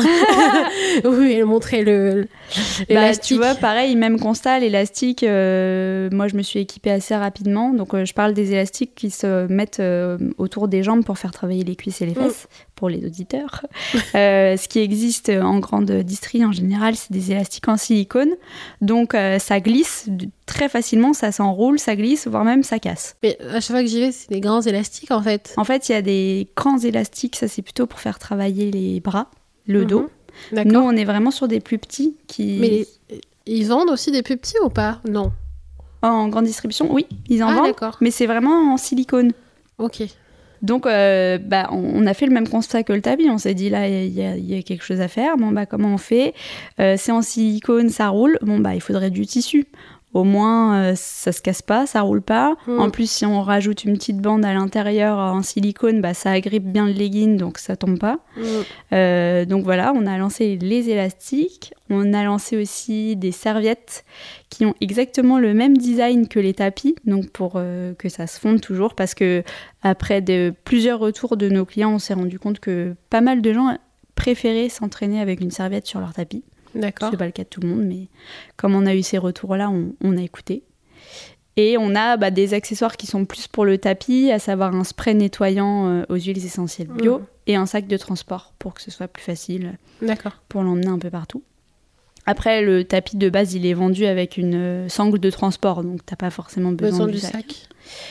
Oui, elle montrait le, l'élastique. Bah, tu vois, pareil, même constat, l'élastique, euh, moi, je me suis équipée assez rapidement. Donc, euh, je parle des élastiques qui se mettent euh, autour des jambes pour faire travailler les cuisses et les fesses, mm. pour les auditeurs. euh, ce qui existe en grande distrie, en général, c'est des élastiques en silicone. Donc, euh, ça glisse très facilement, ça s'enroule, ça glisse, voire même ça casse. Mais à chaque fois que j'y vais, c'est des grands élastiques, en fait. En fait, il y a des grands élastiques, ça, c'est plutôt pour faire travailler les bras, le mm-hmm. dos. D'accord. Nous, on est vraiment sur des plus petits qui... Mais les... ils vendent aussi des plus petits ou pas ? Non. En grande distribution, oui, ils en ah, vendent, d'accord. Mais c'est vraiment en silicone. Ok. Donc, euh, bah, on, on a fait le même constat que le tapis. On s'est dit, là, il y, y, y a quelque chose à faire. Bon, bah, comment on fait ? euh, C'est en silicone, ça roule. Bon, bah, il faudrait du tissu. Au moins, euh, ça se casse pas, ça roule pas. Mmh. En plus, si on rajoute une petite bande à l'intérieur en silicone, bah, ça agrippe bien le legging, donc ça tombe pas. Mmh. Euh, donc voilà, on a lancé les élastiques. On a lancé aussi des serviettes qui ont exactement le même design que les tapis, donc pour euh, que ça se fonde toujours. Parce que après de plusieurs retours de nos clients, on s'est rendu compte que pas mal de gens préféraient s'entraîner avec une serviette sur leur tapis. D'accord. C'est pas le cas de tout le monde, mais comme on a eu ces retours-là, on, on a écouté. Et on a bah, des accessoires qui sont plus pour le tapis, à savoir un spray nettoyant euh, aux huiles essentielles bio mmh. et un sac de transport pour que ce soit plus facile. D'accord. Pour l'emmener un peu partout. Après, le tapis de base, il est vendu avec une euh, sangle de transport, donc t'as pas forcément besoin, besoin du, du sac. sac.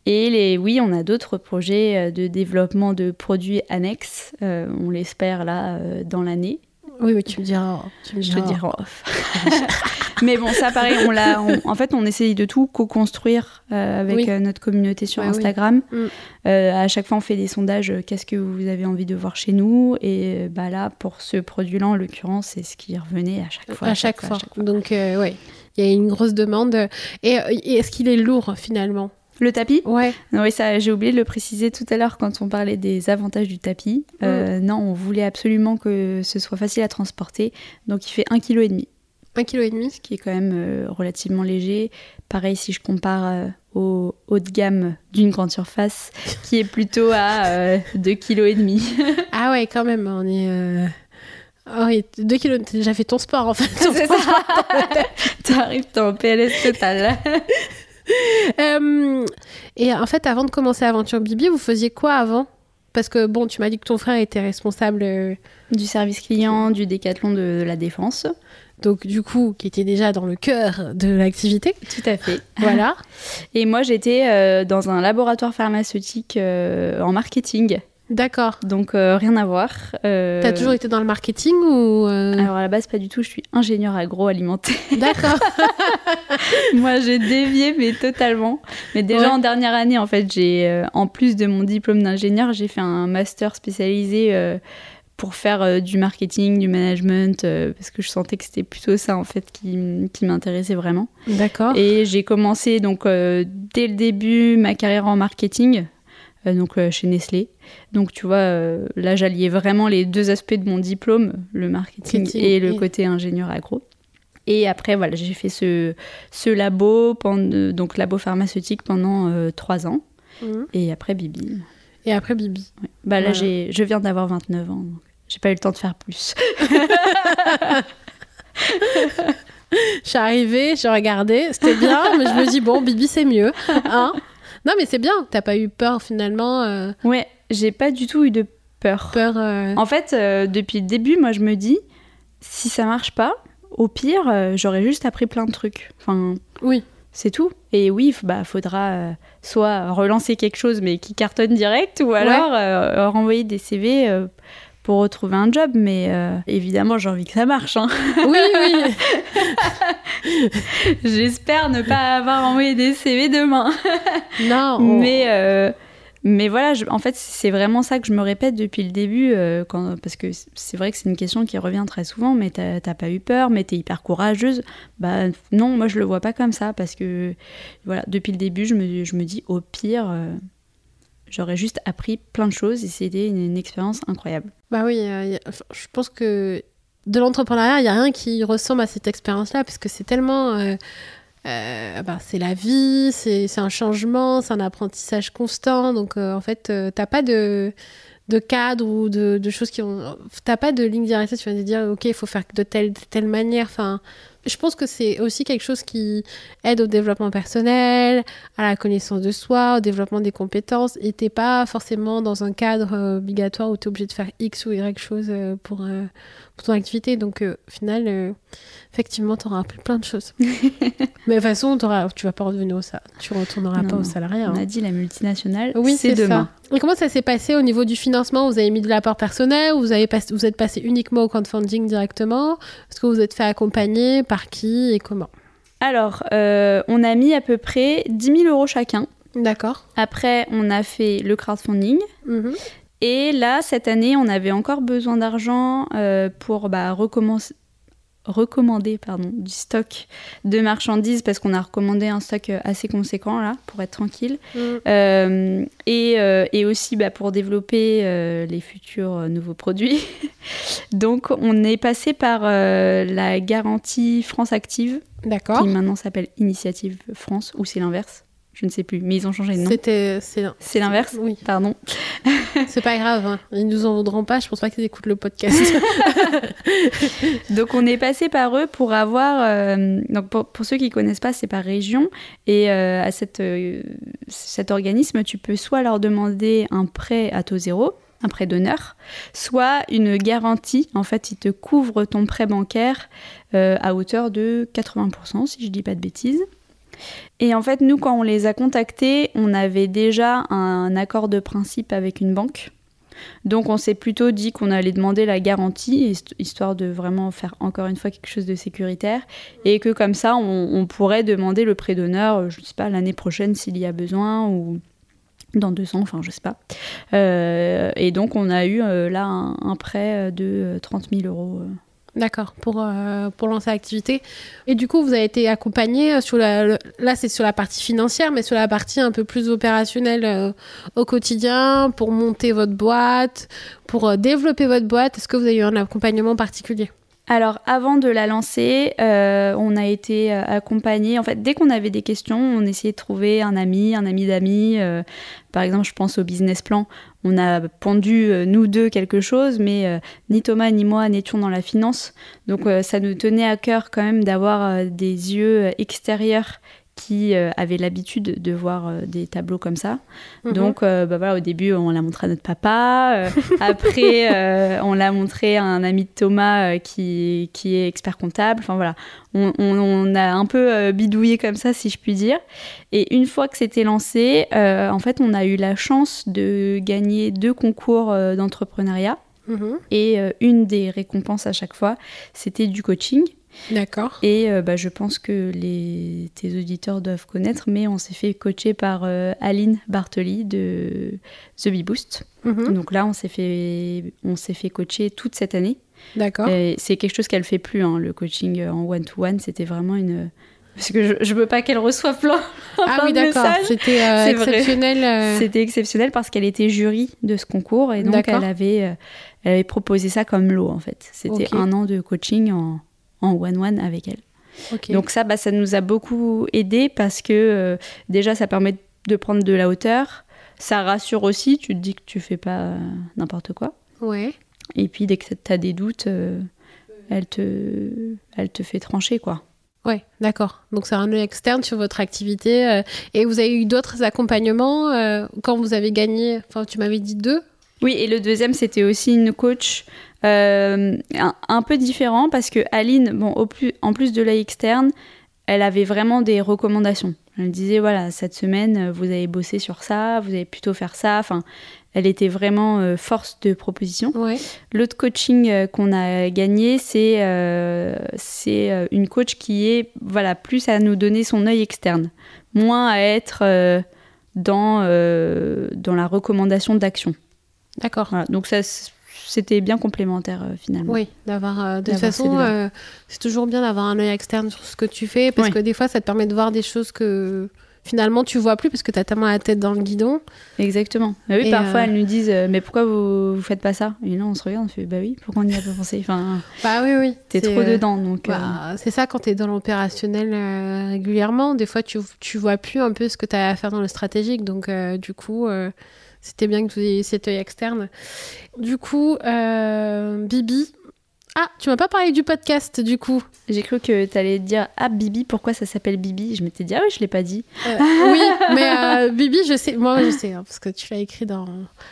Et les, oui, on a d'autres projets de développement de produits annexes. Euh, on l'espère là euh, dans l'année. Oui, oui, tu me diras. Tu me Je te dirai en off. Mais bon, ça pareil, on l'a, on, en fait, on essaye de tout co-construire euh, avec oui. euh, notre communauté sur ouais, Instagram. Oui. Mm. Euh, à chaque fois, on fait des sondages. Euh, qu'est-ce que vous avez envie de voir chez nous ? Et bah là, pour ce produit-là, en l'occurrence, c'est ce qui revenait à chaque fois. À, à, chaque, chaque, fois. fois. À chaque fois. Donc, euh, oui, il y a une grosse demande. Et, et est-ce qu'il est lourd finalement ? Le tapis ? Ouais. Oui, ça, j'ai oublié de le préciser tout à l'heure quand on parlait des avantages du tapis. Mm. Euh, non, on voulait absolument que ce soit facile à transporter. Donc, il fait un virgule cinq kilos. Un kilo et demi, ce qui est quand même euh, relativement léger. Pareil, si je compare euh, au haut de gamme d'une grande surface, qui est plutôt à euh, deux virgule cinq kilos. Ah ouais, quand même, on est... Euh... Oh, deux kilos, t'as déjà fait ton sport, en fait. C'est ça. T'arrives, t'es en P L S total. euh, et en fait, avant de commencer Aventure Bibi, vous faisiez quoi avant ? Parce que, bon, tu m'as dit que ton frère était responsable... Euh... Du service client, du décathlon de, de la Défense. Donc, du coup, qui était déjà dans le cœur de l'activité. Tout à fait. Voilà. Et moi, j'étais euh, dans un laboratoire pharmaceutique euh, en marketing. D'accord. Donc, euh, rien à voir. Euh... T'as toujours été dans le marketing ou euh... Alors, à la base, pas du tout. Je suis ingénieure agroalimentaire. D'accord. Moi, j'ai dévié, mais totalement. Mais déjà, ouais. En dernière année, en fait, j'ai, euh, en plus de mon diplôme d'ingénieur, j'ai fait un master spécialisé... Euh, pour faire euh, du marketing, du management, euh, parce que je sentais que c'était plutôt ça, en fait, qui, qui m'intéressait vraiment. D'accord. Et j'ai commencé, donc, euh, dès le début, ma carrière en marketing, euh, donc euh, chez Nestlé. Donc, tu vois, euh, là, j'alliais vraiment les deux aspects de mon diplôme, le marketing, marketing et le et... côté ingénieur agro. Et après, voilà, j'ai fait ce, ce labo, pendant, donc labo pharmaceutique pendant euh, trois ans. Mmh. Et après, Bibi. Et après Bibi. Ouais. Bah là, voilà. j'ai, je viens d'avoir vingt-neuf ans, donc j'ai pas eu le temps de faire plus. Je suis arrivée, j'ai regardé, c'était bien, mais je me dis, bon, Bibi, c'est mieux. Hein, non, mais c'est bien, t'as pas eu peur finalement. Euh... Ouais, j'ai pas du tout eu de peur. Peur. Euh... En fait, euh, depuis le début, moi, je me dis, si ça marche pas, au pire, euh, j'aurais juste appris plein de trucs. Enfin. Oui. C'est tout. Et oui, il bah, faudra euh, soit relancer quelque chose, mais qui cartonne direct, ou alors ouais. euh, renvoyer des C V euh, pour retrouver un job. Mais euh, évidemment, j'ai envie que ça marche. Hein. Oui, oui. J'espère ne pas avoir envoyé des C V demain. Non. Mais, euh, mais voilà, je, en fait, c'est vraiment ça que je me répète depuis le début. Euh, quand, parce que c'est vrai que c'est une question qui revient très souvent. Mais t'as, t'as pas eu peur, mais t'es hyper courageuse. Bah non, moi je le vois pas comme ça. Parce que voilà, depuis le début, je me, je me dis au pire, euh, j'aurais juste appris plein de choses et c'était une, une expérience incroyable. Bah oui, euh, je pense que de l'entrepreneuriat, il n'y a rien qui ressemble à cette expérience-là. Parce que c'est tellement... Euh, Euh, bah, c'est la vie, c'est, c'est un changement, c'est un apprentissage constant. Donc, euh, en fait, euh, t'as pas de, de cadre ou de, de choses qui ont... T'as pas de ligne directrice, tu vas te dire, OK, il faut faire de telle, de telle manière. Enfin, je pense que c'est aussi quelque chose qui aide au développement personnel, à la connaissance de soi, au développement des compétences. Et t'es pas forcément dans un cadre euh, obligatoire où t'es obligé de faire X ou Y chose euh, pour, euh, pour ton activité. Donc, euh, au final... Euh, effectivement, tu auras appris plein de choses. Mais de toute façon, tu vas pas revenir au ça. Tu retourneras non, pas au salariat. On hein. a dit la multinationale, oui, c'est, c'est demain. Ça. Et comment ça s'est passé au niveau du financement ? Vous avez mis de l'apport personnel ou vous, avez pas, vous êtes passé uniquement au crowdfunding directement ? Est-ce que vous êtes fait accompagner ? Par qui et comment ? Alors, euh, on a mis à peu près dix mille euros chacun. D'accord. Après, on a fait le crowdfunding. Mm-hmm. Et là, cette année, on avait encore besoin d'argent euh, pour bah, recommencer. recommander pardon, du stock de marchandises parce qu'on a recommandé un stock assez conséquent là pour être tranquille mmh. euh, et, euh, et aussi bah, pour développer euh, les futurs euh, nouveaux produits. Donc on est passé par euh, la garantie France Active. D'accord. Qui maintenant s'appelle Initiative France ou c'est l'inverse, je ne sais plus, mais ils ont changé de nom. C'était, c'est, c'est l'inverse, oui. Pardon. C'est pas grave, hein. Ils nous en voudront pas, je pense pas qu'ils écoutent le podcast. Donc on est passé par eux pour avoir, euh, donc pour, pour ceux qui connaissent pas, c'est par région, et euh, à cette, euh, cet organisme, tu peux soit leur demander un prêt à taux zéro, un prêt d'honneur, soit une garantie, en fait ils te couvrent ton prêt bancaire euh, à hauteur de quatre-vingts pour cent, si je dis pas de bêtises. Et en fait, nous, quand on les a contactés, on avait déjà un accord de principe avec une banque. Donc, on s'est plutôt dit qu'on allait demander la garantie, histoire de vraiment faire encore une fois quelque chose de sécuritaire. Et que comme ça, on, on pourrait demander le prêt d'honneur, je ne sais pas, l'année prochaine s'il y a besoin ou dans deux ans, enfin, je ne sais pas. Euh, et donc, on a eu euh, là un, un prêt de trente mille euros. Euh. D'accord, pour, euh, pour lancer l'activité. Et du coup, vous avez été accompagné sur la... Le, là, c'est sur la partie financière, mais sur la partie un peu plus opérationnelle euh, au quotidien, pour monter votre boîte, pour euh, développer votre boîte. Est-ce que vous avez eu un accompagnement particulier ? Alors, avant de la lancer, euh, on a été accompagnés. En fait, dès qu'on avait des questions, on essayait de trouver un ami, un ami d'amis. Euh, par exemple, je pense au business plan. On a pondu, euh, nous deux, quelque chose, mais euh, ni Thomas ni moi n'étions dans la finance. Donc, euh, ça nous tenait à cœur quand même d'avoir euh, des yeux extérieurs qui euh, avaient l'habitude de voir euh, des tableaux comme ça. Mmh. Donc, euh, bah voilà, au début, on l'a montré à notre papa. Euh, après, euh, on l'a montré à un ami de Thomas euh, qui, qui est expert comptable. Enfin, voilà. On, on, on a un peu euh, bidouillé comme ça, si je puis dire. Et une fois que c'était lancé, euh, en fait, on a eu la chance de gagner deux concours euh, d'entrepreneuriat. Mmh. Et euh, une des récompenses à chaque fois, c'était du coaching. D'accord. Et euh, bah, je pense que les, tes auditeurs doivent connaître, mais on s'est fait coacher par euh, Aline Bartoli de The Bee Boost. Mm-hmm. Donc là, on s'est fait, on s'est fait coacher toute cette année. D'accord. Et c'est quelque chose qu'elle fait plus, hein, le coaching en one-to-one. C'était vraiment une... Parce que je ne veux pas qu'elle reçoive plein, ah plein oui, de d'accord. messages. C'était euh, exceptionnel. Euh... C'était exceptionnel parce qu'elle était jury de ce concours. Et donc, elle avait, euh, elle avait proposé ça comme lot, en fait. C'était okay. un an de coaching en... en one-one avec elle. Okay. Donc ça, bah, ça nous a beaucoup aidé parce que euh, déjà, ça permet de prendre de la hauteur. Ça rassure aussi, tu te dis que tu fais pas euh, n'importe quoi. Ouais. Et puis, dès que tu as des doutes, euh, elle, te, elle te fait trancher, quoi. Ouais, d'accord. Donc, c'est un œil externe sur votre activité. Euh, et vous avez eu d'autres accompagnements euh, quand vous avez gagné, enfin, tu m'avais dit deux. Oui, et le deuxième, c'était aussi une coach euh, un, un peu différent parce que Aline, bon, au plus, en plus de l'œil externe, elle avait vraiment des recommandations. Elle disait, voilà, cette semaine, vous avez bossé sur ça, vous allez plutôt faire ça. Enfin, elle était vraiment euh, force de proposition. Ouais. L'autre coaching euh, qu'on a gagné, c'est, euh, c'est euh, une coach qui est voilà, plus à nous donner son œil externe, moins à être euh, dans, euh, dans la recommandation d'action. D'accord. Voilà, donc ça, c'était bien complémentaire euh, finalement. Oui, d'avoir euh, de toute façon, euh, c'est toujours bien d'avoir un œil externe sur ce que tu fais parce oui. que des fois, ça te permet de voir des choses que finalement tu vois plus parce que tu as tellement la tête dans le guidon. Exactement. Mais oui, et parfois euh... elles nous disent euh, mais pourquoi vous vous faites pas ça ? Et là on se regarde, on fait bah oui, pourquoi on n'y a pas pensé ? Enfin, bah oui oui. T'es c'est, trop euh... dedans donc. Bah, euh... C'est ça quand t'es dans l'opérationnel euh, régulièrement, des fois tu tu vois plus un peu ce que t'as à faire dans le stratégique, donc euh, du coup. Euh... C'était bien que vous ayez cet œil externe. Du coup, euh, Bibi... Ah, tu m'as pas parlé du podcast, du coup. J'ai cru que t'allais dire « Ah, Bibi, pourquoi ça s'appelle Bibi ?» Je m'étais dit « Ah oui, je l'ai pas dit. Euh, » Oui, mais euh, Bibi, je sais. Moi, je sais, hein, parce que tu l'as écrit dans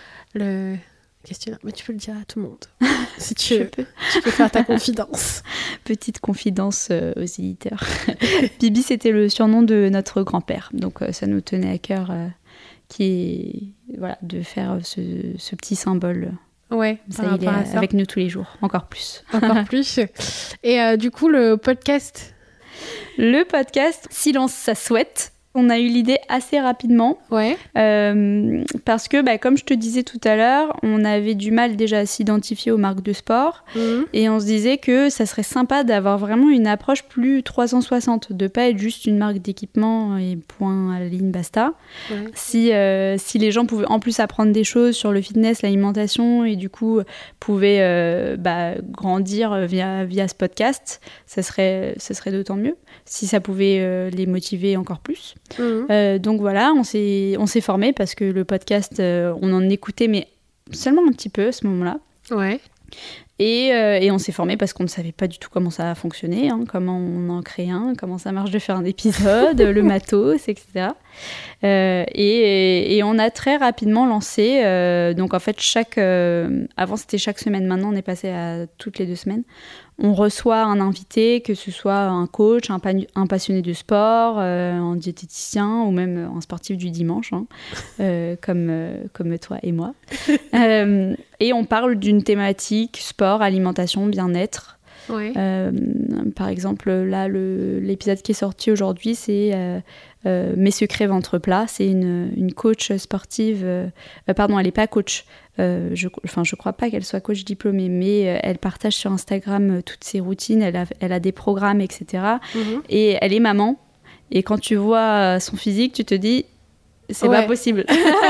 le questionnaire. Mais tu peux le dire à tout le monde. Si tu veux, peux. Tu peux faire ta confidence. Petite confidence euh, aux éditeurs. Bibi, c'était le surnom de notre grand-père. Donc, euh, ça nous tenait à cœur... Euh, qui est voilà, de faire ce, ce petit symbole. Ouais, ça, il est ça. Avec nous tous les jours, encore plus. Encore plus. Et euh, du coup, le podcast Le podcast, Silence, ça souhaite. On a eu l'idée assez rapidement. Ouais. Euh, parce que, bah, comme je te disais tout à l'heure, on avait du mal déjà à s'identifier aux marques de sport. Mmh. Et on se disait que ça serait sympa d'avoir vraiment une approche plus trois cent soixante, de ne pas être juste une marque d'équipement et point à la ligne, basta. Ouais. Si, euh, si les gens pouvaient en plus apprendre des choses sur le fitness, l'alimentation et du coup pouvaient euh, bah, grandir via, via ce podcast, ça serait, ça serait d'autant mieux. Si ça pouvait euh, les motiver encore plus. Mmh. Euh, donc voilà, on s'est, on s'est formé parce que le podcast, euh, on en écoutait, mais seulement un petit peu à ce moment-là. Ouais. Et, euh, et on s'est formé parce qu'on ne savait pas du tout comment ça fonctionnait, hein, comment on en crée un, comment ça marche de faire un épisode, le matos, et cetera. Euh, et, et on a très rapidement lancé, euh, donc en fait, chaque, euh, avant c'était chaque semaine, maintenant on est passé à toutes les deux semaines. on reçoit un invité, que ce soit un coach, un, pa- un passionné de sport, euh, un diététicien ou même un sportif du dimanche, hein, euh, comme, euh, comme toi et moi. euh, et on parle d'une thématique sport, alimentation, bien-être. Ouais. Euh, par exemple, là, le, l'épisode qui est sorti aujourd'hui, c'est euh, euh, Mes secrets ventre plat. C'est une, une coach sportive. Euh, euh, pardon, elle n'est pas coach. Euh, je, enfin, je crois pas qu'elle soit coach diplômée, mais euh, elle partage sur Instagram euh, toutes ses routines. Elle a, elle a des programmes, et cetera. Mm-hmm. Et elle est maman. Et quand tu vois son physique, tu te dis. C'est ouais. pas possible.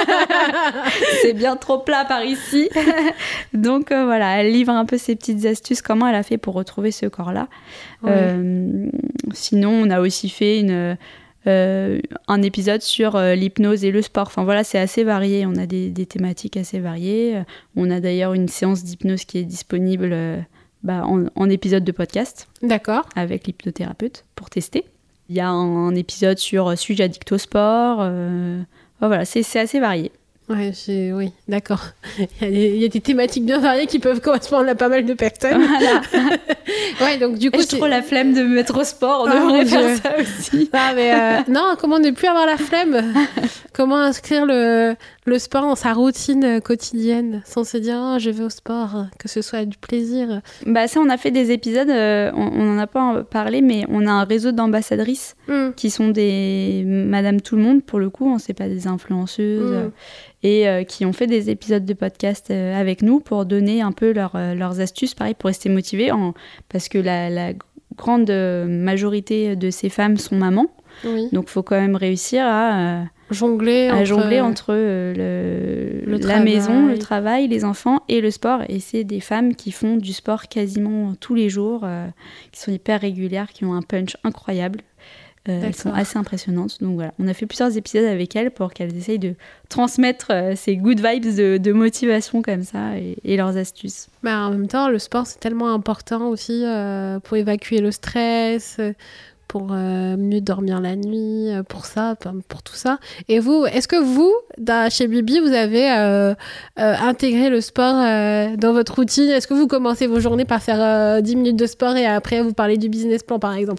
C'est bien trop plat par ici. Donc euh, voilà, elle livre un peu ses petites astuces, comment elle a fait pour retrouver ce corps-là. Ouais. Euh, sinon, on a aussi fait une, euh, un épisode sur euh, l'hypnose et le sport. Enfin voilà, c'est assez varié. On a des, des thématiques assez variées. On a d'ailleurs une séance d'hypnose qui est disponible euh, bah, en, en épisode de podcast. D'accord. Avec l'hypnothérapeute pour tester. Il y a un, un épisode sur « Suis-je addict au sport euh, ?» oh, Voilà, c'est, c'est assez varié. Ouais, j'ai... oui, d'accord. Il y, a des, il y a des thématiques bien variées qui peuvent correspondre à pas mal de personnes. Voilà. Ouais, donc du coup, j'ai trop la flemme de me mettre au sport. On oh, devrait faire Dieu. Ça aussi. Ah, mais euh, non, comment ne plus avoir la flemme ? Comment inscrire le, le sport dans sa routine quotidienne sans se dire oh, je vais au sport, que ce soit du plaisir. Bah ça, on a fait des épisodes, euh, on n'en a pas parlé, mais on a un réseau d'ambassadrices mm. qui sont des Madame Tout le Monde, pour le coup, on ne sait pas, des influenceuses, mm. euh, et euh, qui ont fait des épisodes de podcast euh, avec nous pour donner un peu leur, euh, leurs astuces, pareil, pour rester motivés, en, parce que la, la grande majorité de ces femmes sont mamans, oui. Donc il faut quand même réussir à... Euh, Jongler à entre, jongler entre euh, le, le la travail. maison, le travail, les enfants et le sport. Et c'est des femmes qui font du sport quasiment tous les jours, euh, qui sont hyper régulières, qui ont un punch incroyable. Euh, elles sont assez impressionnantes. Donc voilà, on a fait plusieurs épisodes avec elles pour qu'elles essayent de transmettre euh, ces good vibes de, de motivation comme ça et, et leurs astuces. Bah, en même temps, le sport, c'est tellement important aussi euh, pour évacuer le stress, pour euh, mieux dormir la nuit, pour ça, pour tout ça. Et vous, est-ce que vous, dans, chez Bibi, vous avez euh, euh, intégré le sport euh, dans votre routine ? Est-ce que vous commencez vos journées par faire euh, dix minutes de sport et après vous parlez du business plan, par exemple ?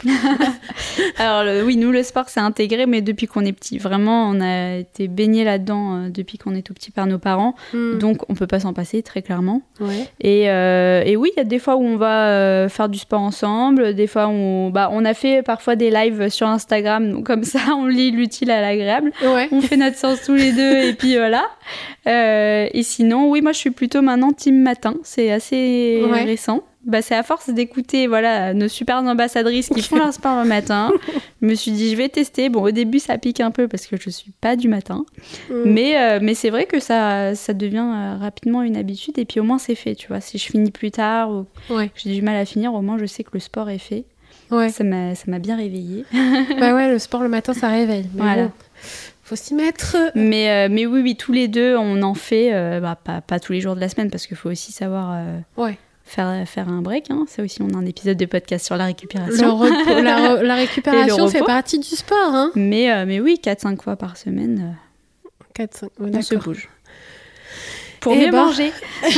Alors le, oui, nous, le sport, c'est intégré, mais depuis qu'on est petit. Vraiment, on a été baignés là-dedans euh, depuis qu'on est tout petit par nos parents. Mm. Donc, on peut pas s'en passer, très clairement. Ouais. Et, euh, et oui, il y a des fois où on va euh, faire du sport ensemble. Des fois, on, bah, on a fait parfois des lives sur Instagram, donc comme ça on lit l'utile à l'agréable. Ouais. On fait notre séance tous les deux et puis voilà. Euh, et sinon, oui, moi je suis plutôt maintenant team matin, c'est assez ouais. récent. Bah, c'est à force d'écouter voilà, nos super ambassadrices qui font leur sport le matin. Je me suis dit, je vais tester. Bon, au début, ça pique un peu parce que je ne suis pas du matin. Mm. Mais, euh, mais c'est vrai que ça, ça devient euh, rapidement une habitude. Et puis au moins, c'est fait. Tu vois. Si je finis plus tard ou ouais. j'ai du mal à finir, au moins, je sais que le sport est fait. Ouais. Ça m'a, ça m'a bien réveillée. Bah ouais, le sport le matin, ça réveille. Mais voilà. Bon, faut s'y mettre. Mais, euh, mais oui, oui, tous les deux, on en fait. Euh, bah, pas, pas tous les jours de la semaine parce qu'il faut aussi savoir euh, ouais. faire, faire un break. Hein. Ça aussi, on a un épisode de podcast sur la récupération. Le repos, la, la récupération fait partie du sport. Hein. Mais, euh, mais oui, quatre à cinq fois par semaine, euh, quatre, cinq, ouais, on d'accord. se bouge. Pour Et mieux bah... manger.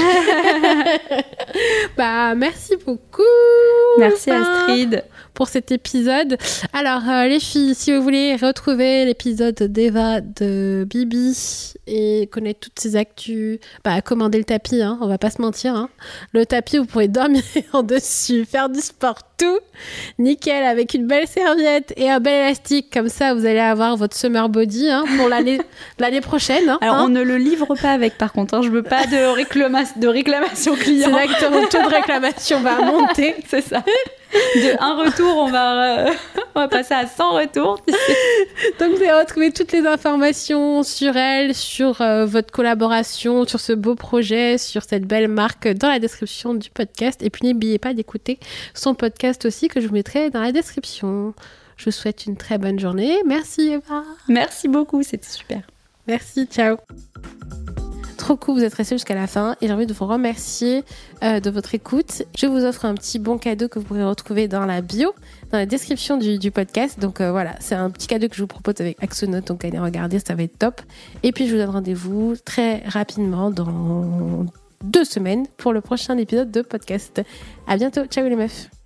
Bah, merci beaucoup. Merci Astrid. Pour cet épisode. Alors, euh, les filles, si vous voulez retrouver l'épisode d'Eva, de Bibi et connaître toutes ses actus, bah, commandez le tapis, hein, on va pas se mentir. Hein. Le tapis, vous pourrez dormir en dessus, faire du sport, tout. Nickel, avec une belle serviette et un bel élastique. Comme ça, vous allez avoir votre summer body hein, pour l'année, l'année prochaine. Hein, Alors, hein. on ne le livre pas avec, par contre. Hein, je veux pas de, réclama- de réclamation client. C'est là que ton taux de réclamation va monter. C'est ça. De un retour, on va, euh, on va passer à cent retours. Donc, vous allez retrouver toutes les informations sur elle, sur euh, votre collaboration, sur ce beau projet, sur cette belle marque dans la description du podcast. Et puis, n'oubliez pas d'écouter son podcast aussi que je vous mettrai dans la description. Je vous souhaite une très bonne journée. Merci Eva. Merci beaucoup, c'était super. Merci, ciao. Trop cool, vous êtes restés jusqu'à la fin et j'ai envie de vous remercier euh, de votre écoute. Je vous offre un petit bon cadeau que vous pourrez retrouver dans la bio, dans la description du, du podcast. Donc euh, voilà, c'est un petit cadeau que je vous propose avec Axonote, donc allez regarder, ça va être top. Et puis je vous donne rendez-vous très rapidement dans deux semaines pour le prochain épisode de podcast. À bientôt. Ciao les meufs.